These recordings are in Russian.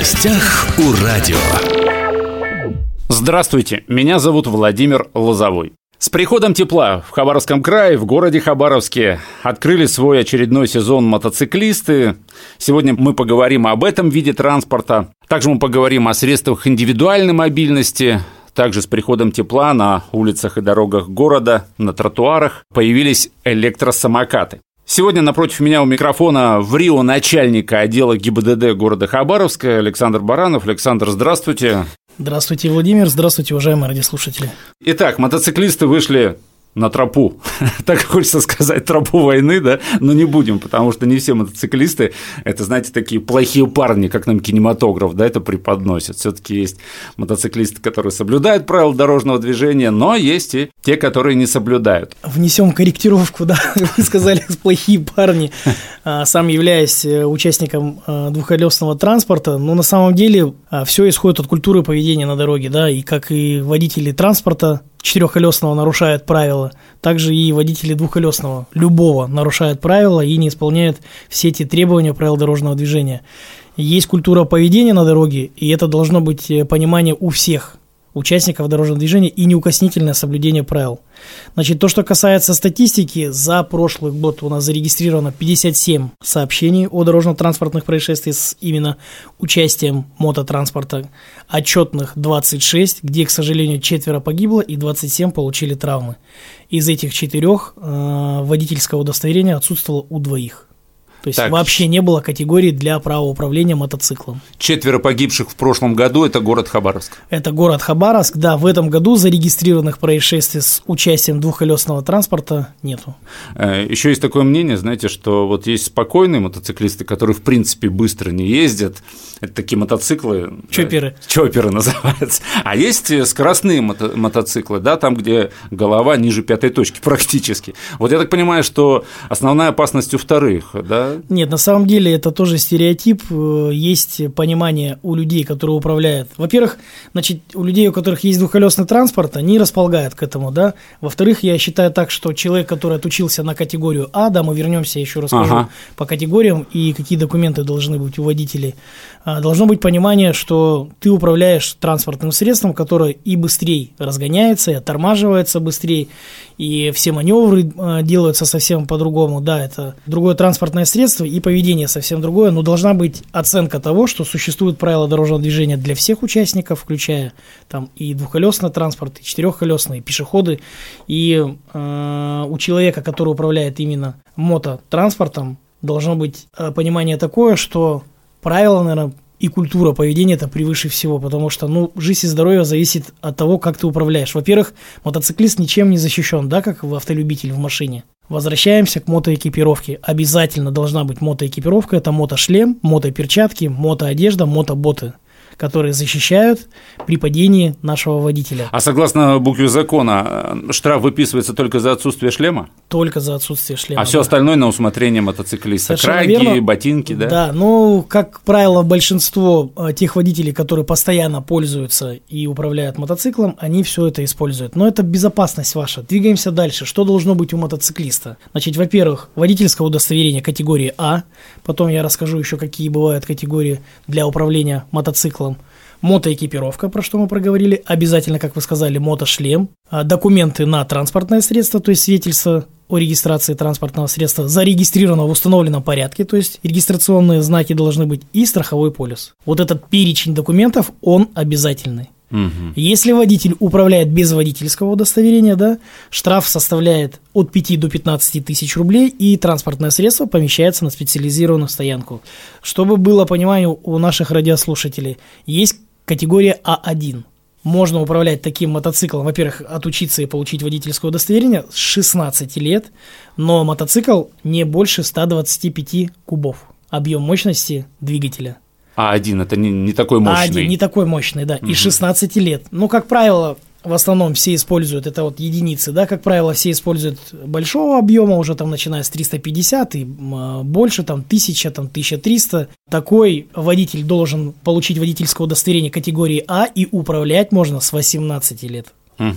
гостях у радио. Здравствуйте, меня зовут Владимир Лозовой. С приходом тепла в Хабаровском крае, в городе Хабаровске, открыли свой очередной сезон мотоциклисты. Сегодня мы поговорим об этом виде транспорта. Также мы поговорим о средствах индивидуальной мобильности. Также с приходом тепла на улицах и дорогах города, на тротуарах появились электросамокаты. Сегодня напротив меня у микрофона в Рио начальника отдела ГИБДД города Хабаровска Александр Баранов. Александр, здравствуйте. Здравствуйте, Владимир. Здравствуйте, уважаемые радиослушатели. Итак, мотоциклисты вышли на тропу, так хочется сказать, тропу войны, да, но не будем, потому что не все мотоциклисты, это, знаете, такие плохие парни, как нам кинематограф, да, это преподносит. Все-таки есть мотоциклисты, которые соблюдают правила дорожного движения, но есть и те, которые не соблюдают. Внесем корректировку, да, вы сказали, плохие парни. Сам являюсь участником двухколесного транспорта, но на самом деле все исходит от культуры поведения на дороге, да, и как и водители транспорта четырехколесного нарушают правила, также и водители двухколесного, любого, нарушают правила и не исполняют все эти требования правил дорожного движения. Есть культура поведения на дороге, и это должно быть понимание у всех участников дорожного движения и неукоснительное соблюдение правил. Значит, то, что касается статистики, за прошлый год у нас зарегистрировано 57 сообщений о дорожно-транспортных происшествиях с именно участием мототранспорта, отчетных 26, где, к сожалению, 4 погибло и 27 получили травмы. Из этих 4 водительское удостоверение отсутствовало у 2. То есть вообще не было категории для права управления мотоциклом. 4 погибших в прошлом году – это город Хабаровск. Это город Хабаровск, да. В этом году зарегистрированных происшествий с участием двухколесного транспорта нету. Еще есть такое мнение, знаете, что вот есть спокойные мотоциклисты, которые в принципе быстро не ездят. Это такие мотоциклы. Чопперы. Чопперы называются. А есть скоростные мотоциклы, да, там, где голова ниже 5-й точки практически. Вот я так понимаю, что основная опасность у вторых, да? Нет, на самом деле это тоже стереотип. Есть понимание у людей, которые управляют. Во-первых, значит, у людей, у которых есть двухколесный транспорт, они располагают к этому, да. Во-вторых, я считаю так, что человек, который отучился на категорию А, да, мы вернемся, еще расскажу по категориям и какие документы должны быть у водителей. Должно быть понимание, что ты управляешь транспортным средством, которое и быстрее разгоняется, и оттормаживается быстрее, и все маневры делаются совсем по-другому. Да, это другое транспортное средство, и поведение совсем другое, но должна быть оценка того, что существуют правила дорожного движения для всех участников, включая там и двухколесный транспорт, и четырехколесный, и пешеходы. И у человека, который управляет именно мототранспортом, должно быть понимание такое, что правила, наверное, и культура поведения – это превыше всего, потому что, жизнь и здоровье зависит от того, как ты управляешь. Во-первых, мотоциклист ничем не защищен, да, как автолюбитель в машине. Возвращаемся к мотоэкипировке. Обязательно должна быть мотоэкипировка. Это мотошлем, мотоперчатки, мотоодежда, мотоботы, которые защищают при падении нашего водителя. А согласно букве закона, штраф выписывается только за отсутствие шлема? Только за отсутствие шлема. А все остальное на усмотрение мотоциклиста? Краги, верно. Ботинки, да? Да, как правило, большинство тех водителей, которые постоянно пользуются и управляют мотоциклом, они все это используют. Но это безопасность ваша. Двигаемся дальше. Что должно быть у мотоциклиста? Значит, во-первых, водительское удостоверение категории А. Потом я расскажу еще, какие бывают категории для управления мотоциклом. Мотоэкипировка, про что мы проговорили. Обязательно, как вы сказали, мотошлем. Документы на транспортное средство, то есть свидетельство о регистрации транспортного средства, зарегистрировано в установленном порядке, то есть регистрационные знаки должны быть, и страховой полис. Вот этот перечень документов, он обязательный. Если водитель управляет без водительского удостоверения, да, штраф составляет от 5 до 15 тысяч рублей, и транспортное средство помещается на специализированную стоянку. Чтобы было понимание у наших радиослушателей, есть категория А1. Можно управлять таким мотоциклом, во-первых, отучиться и получить водительское удостоверение с 16 лет, но мотоцикл не больше 125 кубов. Объем мощности двигателя. А1 это не такой мощный. А1 не такой мощный, да, и 16 лет. Как правило, в основном все используют, это вот единицы, да, как правило, все используют большого объема, уже там начиная с 350 и больше, там 1000, там 1300. Такой водитель должен получить водительское удостоверение категории А, и управлять можно с 18 лет.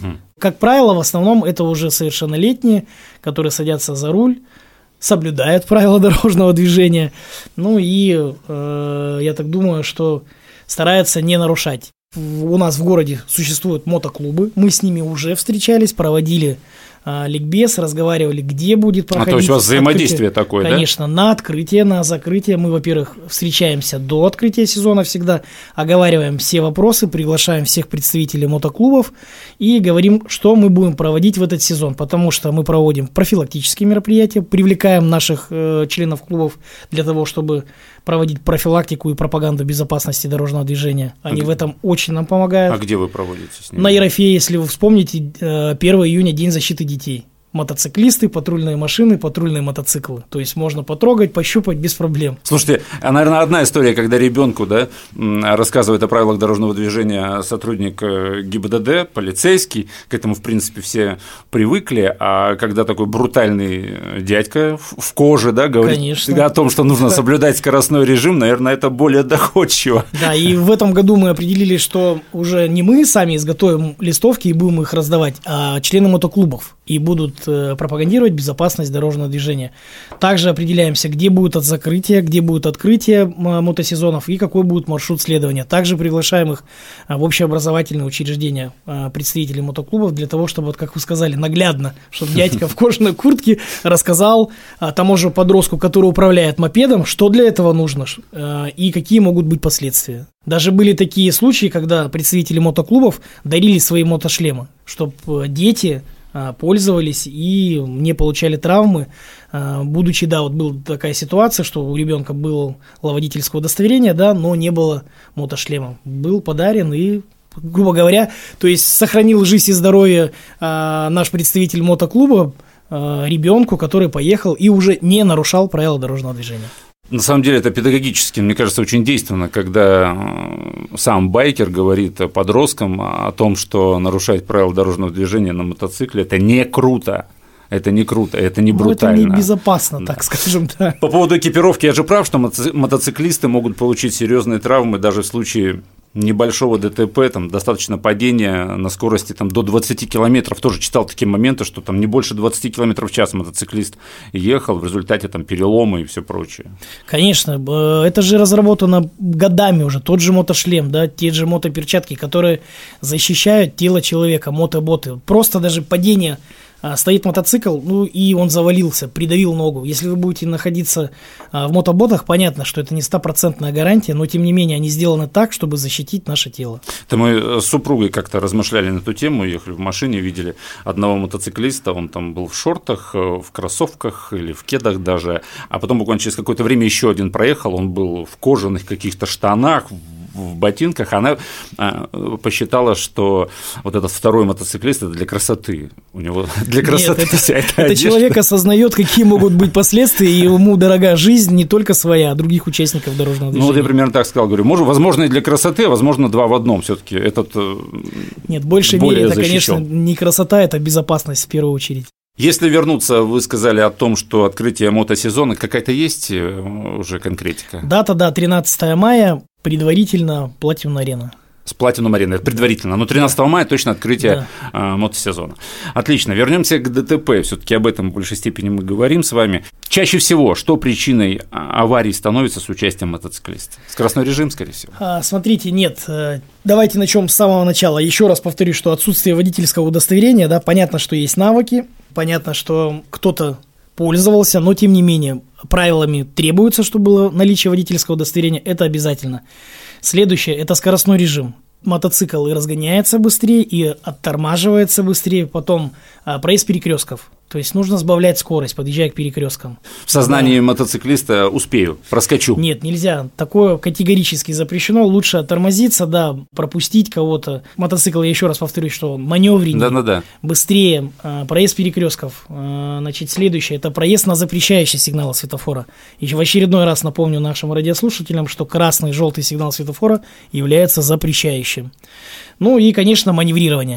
Как правило, в основном это уже совершеннолетние, которые садятся за руль, соблюдают правила дорожного движения. Я так думаю, что стараются не нарушать. У нас в городе существуют мотоклубы, мы с ними уже встречались, проводили ликбез, разговаривали, где будет проходить. То есть у вас взаимодействие такое, да? Конечно, на открытие, на закрытие. Мы, во-первых, встречаемся до открытия сезона всегда, оговариваем все вопросы, приглашаем всех представителей мотоклубов и говорим, что мы будем проводить в этот сезон, потому что мы проводим профилактические мероприятия, привлекаем наших членов клубов для того, чтобы проводить профилактику и пропаганду безопасности дорожного движения. Они в этом очень нам помогают. А где вы проводите с ними? На Ерофее, если вы вспомните, 1 июня, День защиты детей. Мотоциклисты, патрульные машины, патрульные мотоциклы. То есть можно потрогать, пощупать без проблем. Слушайте, наверное, одна история, когда ребенку, да, рассказывает о правилах дорожного движения сотрудник ГИБДД, полицейский, к этому, в принципе, все привыкли, а когда такой брутальный дядька в коже, да, говорит о том, что нужно соблюдать скоростной режим, наверное, это более доходчиво. Да, и в этом году мы определили, что уже не мы сами изготовим листовки и будем их раздавать, а члены мотоклубов и будут пропагандировать безопасность дорожного движения. Также определяемся, где будет закрытие, где будет открытие мотосезонов и какой будет маршрут следования. Также приглашаем их в общеобразовательные учреждения, представителей мотоклубов, для того, чтобы, вот как вы сказали, наглядно, чтобы дядька в кожаной куртке рассказал тому же подростку, который управляет мопедом, что для этого нужно и какие могут быть последствия. Даже были такие случаи, когда представители мотоклубов дарили свои мотошлемы, чтобы дети пользовались и не получали травмы, будучи, да, вот была такая ситуация, что у ребенка было водительское удостоверение, да, но не было мотошлема. Был подарен и, грубо говоря, то есть сохранил жизнь и здоровье наш представитель мотоклуба ребенку, который поехал и уже не нарушал правила дорожного движения. На самом деле это педагогически, мне кажется, очень действенно, когда сам байкер говорит подросткам о том, что нарушать правила дорожного движения на мотоцикле – это не круто. Это не круто, это не брутально. Это небезопасно, так скажем, да. По поводу экипировки, я же прав, что мотоциклисты могут получить серьезные травмы даже в случае небольшого ДТП, там достаточно падения на скорости там, до 20 километров. Тоже читал такие моменты, что там не больше 20 километров в час мотоциклист ехал, в результате там переломы и все прочее. Конечно, это же разработано годами уже, тот же мотошлем, да, те же мотоперчатки, которые защищают тело человека, мотоботы. Просто даже падение. Стоит мотоцикл, ну и он завалился, придавил ногу. Если вы будете находиться в мотоботах, понятно, что это не 100% гарантия, но тем не менее они сделаны так, чтобы защитить наше тело. Это мы с супругой как-то размышляли на эту тему, ехали в машине, видели одного мотоциклиста, он там был в шортах, в кроссовках или в кедах даже, а потом буквально через какое-то время еще один проехал, он был в кожаных каких-то штанах, в ботинках. Она посчитала, что вот этот второй мотоциклист – это для красоты. У него для красоты вся эта одежда. Это человек осознает, какие могут быть последствия, и ему дорога жизнь не только своя, а других участников дорожного движения. Ну, вот я примерно так сказал, говорю, возможно, и для красоты, а возможно, два в одном. Все-таки этот нет, в большей мере это, конечно, не красота, это безопасность в первую очередь. Если вернуться, вы сказали о том, что открытие мотосезона, какая-то есть уже конкретика? Дата, да, 13 мая, предварительно Platinum Arena. С Platinum Arena, это предварительно, но 13 мая точно открытие мотосезона. Отлично, вернемся к ДТП, все-таки об этом в большей степени мы говорим с вами. Чаще всего, что причиной аварий становится с участием мотоциклиста? Скоростной режим, скорее всего? Смотрите, нет, давайте начнем с самого начала. Еще раз повторюсь, что отсутствие водительского удостоверения, да, понятно, что есть навыки, понятно, что кто-то пользовался, но тем не менее правилами требуется, чтобы было наличие водительского удостоверения, это обязательно. Следующее – это скоростной режим. Мотоцикл и разгоняется быстрее, и оттормаживается быстрее, потом проезд перекрестков. То есть нужно сбавлять скорость, подъезжая к перекресткам. В сознании мотоциклиста успею, проскочу. Нет, нельзя. Такое категорически запрещено. Лучше оттормозиться, да, пропустить кого-то. Мотоцикл, я еще раз повторюсь, что он маневреннее, быстрее. Проезд перекрестков. Значит, следующее – это проезд на запрещающий сигнал светофора. И в очередной раз напомню нашим радиослушателям, что красный и желтый сигнал светофора является запрещающим. Ну и, конечно, маневрирование.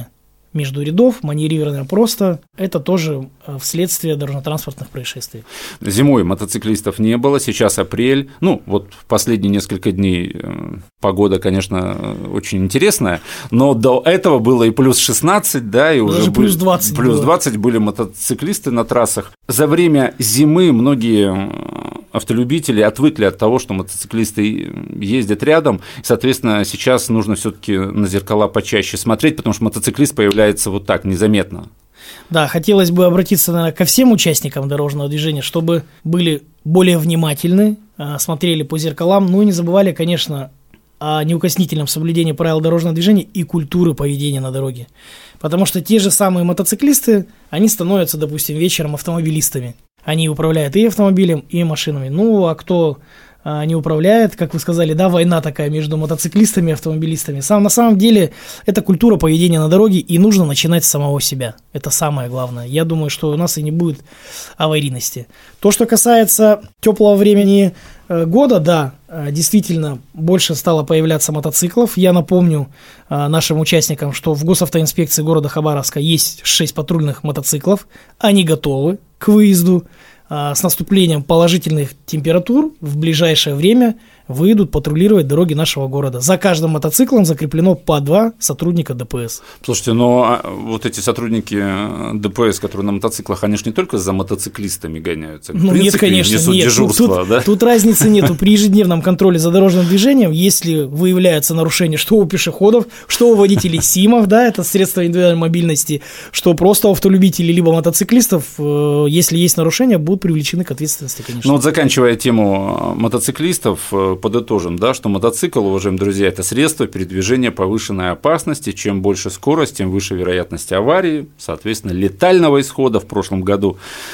между рядов, маневрирование просто. Это тоже вследствие дорожно-транспортных происшествий. Зимой мотоциклистов не было, сейчас апрель. Ну, вот последние несколько дней погода, конечно, очень интересная, но до этого было и плюс 16, да, и даже уже плюс 20 плюс 20 были мотоциклисты на трассах. За время зимы многие автолюбители отвыкли от того, что мотоциклисты ездят рядом, и, соответственно, сейчас нужно все-таки на зеркала почаще смотреть, потому что мотоциклист появляется вот так, незаметно. Да, хотелось бы обратиться, наверное, ко всем участникам дорожного движения, чтобы были более внимательны, смотрели по зеркалам, ну и не забывали, конечно, о неукоснительном соблюдении правил дорожного движения и культуры поведения на дороге. Потому что те же самые мотоциклисты, они становятся, допустим, вечером автомобилистами. Они управляют и автомобилем, и машинами. Ну, а кто не управляет, как вы сказали, да, война такая между мотоциклистами и автомобилистами. На самом деле, это культура поведения на дороге, и нужно начинать с самого себя. Это самое главное. Я думаю, что у нас и не будет аварийности. То, что касается теплого времени года, да, действительно, больше стало появляться мотоциклов. Я напомню нашим участникам, что в госавтоинспекции города Хабаровска есть 6 патрульных мотоциклов. Они готовы к выезду. С наступлением положительных температур в ближайшее время выйдут патрулировать дороги нашего города. За каждым мотоциклом закреплено по 2 сотрудника ДПС. Слушайте, но вот эти сотрудники ДПС, которые на мотоциклах, они же не только за мотоциклистами гоняются. Ну, нет, конечно, несут нет. Дежурство, да? Тут разницы нету. При ежедневном контроле за дорожным движением, если выявляется нарушение, что у пешеходов, что у водителей СИМов, да, это средства индивидуальной мобильности, что просто у автолюбителей либо мотоциклистов, если есть нарушения, будут привлечены к ответственности, конечно. Ну вот заканчивая тему мотоциклистов, подытожим, да, что мотоцикл, уважаемые друзья, это средство передвижения повышенной опасности. Чем больше скорость, тем выше вероятность аварии, соответственно, летального исхода. В прошлом году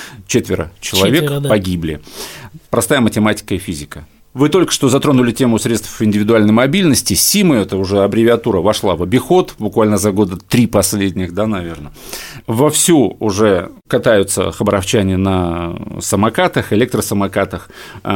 4 человек погибли. Простая математика и физика. Вы только что затронули тему средств индивидуальной мобильности. СИМы, это уже аббревиатура, вошла в обиход буквально за года 3 последних, да, наверное. Вовсю уже катаются хабаровчане на самокатах, электросамокатах.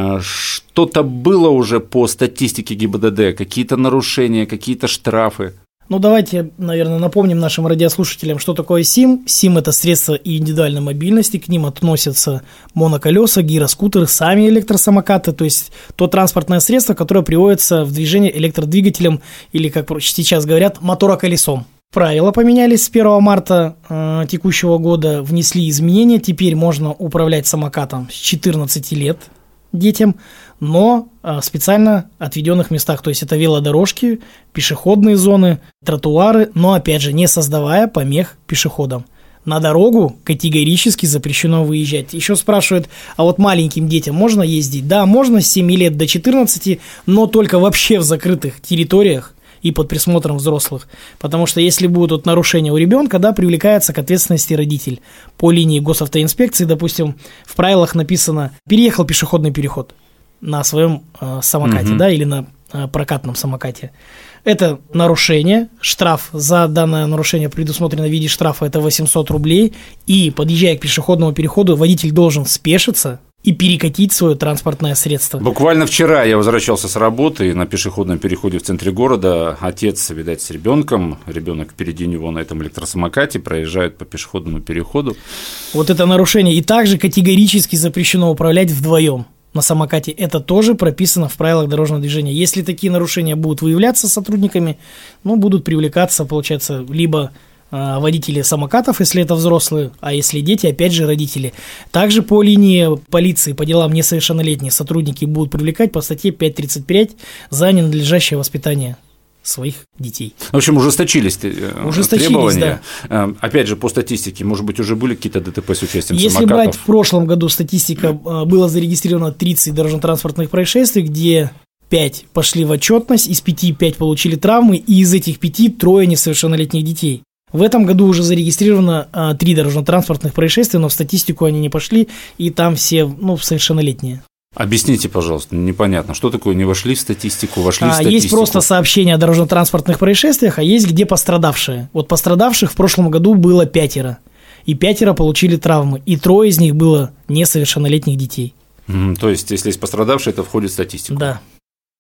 Что-то было уже по статистике ГИБДД? Какие-то нарушения, какие-то штрафы? Ну, давайте, наверное, напомним нашим радиослушателям, что такое СИМ. СИМ – это средства индивидуальной мобильности, к ним относятся моноколеса, гироскутеры, сами электросамокаты, то есть то транспортное средство, которое приводится в движение электродвигателем или, как сейчас говорят, мотороколесом. Правила поменялись с 1 марта текущего года, внесли изменения, теперь можно управлять самокатом с 14 лет детям, но в специально отведенных местах, то есть это велодорожки, пешеходные зоны, тротуары, но опять же не создавая помех пешеходам. На дорогу категорически запрещено выезжать. Еще спрашивают, а вот маленьким детям можно ездить? Да, можно с 7 лет до 14, но только вообще в закрытых территориях и под присмотром взрослых. Потому что если будут нарушения у ребенка, да, привлекается к ответственности родитель. По линии госавтоинспекции, допустим, в правилах написано «переехал пешеходный переход» на своем самокате, да, или на прокатном самокате. Это нарушение, штраф за данное нарушение предусмотрено в виде штрафа, это 800 рублей, и, подъезжая к пешеходному переходу, водитель должен спешиться и перекатить свое транспортное средство. Буквально вчера я возвращался с работы, и на пешеходном переходе в центре города отец, видать, с ребенком, ребенок впереди него на этом электросамокате, проезжает по пешеходному переходу. Вот это нарушение. И также категорически запрещено управлять вдвоем на самокате. Это тоже прописано в правилах дорожного движения. Если такие нарушения будут выявляться сотрудниками, ну, будут привлекаться, получается, либо водители самокатов, если это взрослые, а если дети, опять же, родители. Также по линии полиции по делам несовершеннолетние сотрудники будут привлекать по статье 5.35 за ненадлежащее воспитание своих детей. В общем, ужесточились требования. Да. Опять же, по статистике, может быть, уже были какие-то ДТП с участием Если самокатов? брать в прошлом году статистика, было зарегистрировано 30 дорожно-транспортных происшествий, где 5 пошли в отчетность, из 5 5 получили травмы, и из этих 5 3 несовершеннолетних детей. В этом году уже зарегистрировано 3 дорожно-транспортных происшествия, но в статистику они не пошли, и там все, совершеннолетние. Объясните, пожалуйста, непонятно, что такое не вошли в статистику, вошли в статистику? Есть просто сообщения о дорожно-транспортных происшествиях, а есть где пострадавшие. Вот пострадавших в прошлом году было 5, и 5 получили травмы, и 3 из них было несовершеннолетних детей. То есть, если есть пострадавшие, это входит в статистику? Да.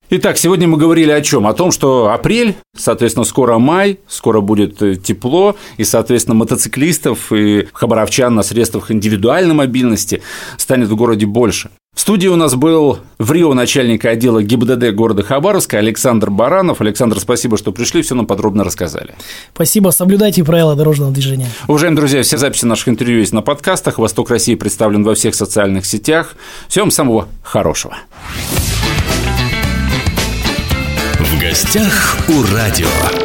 Итак, сегодня мы говорили о чем? О том, что апрель, соответственно, скоро май, скоро будет тепло, и, соответственно, мотоциклистов и хабаровчан на средствах индивидуальной мобильности станет в городе больше. В студии у нас был в Рио начальник отдела ГИБДД города Хабаровска Александр Баранов. Александр, спасибо, что пришли, все нам подробно рассказали. Спасибо, соблюдайте правила дорожного движения. Уважаемые друзья, все записи наших интервью есть на подкастах. «Восток России» представлен во всех социальных сетях. Всего вам самого хорошего. В гостях у радио.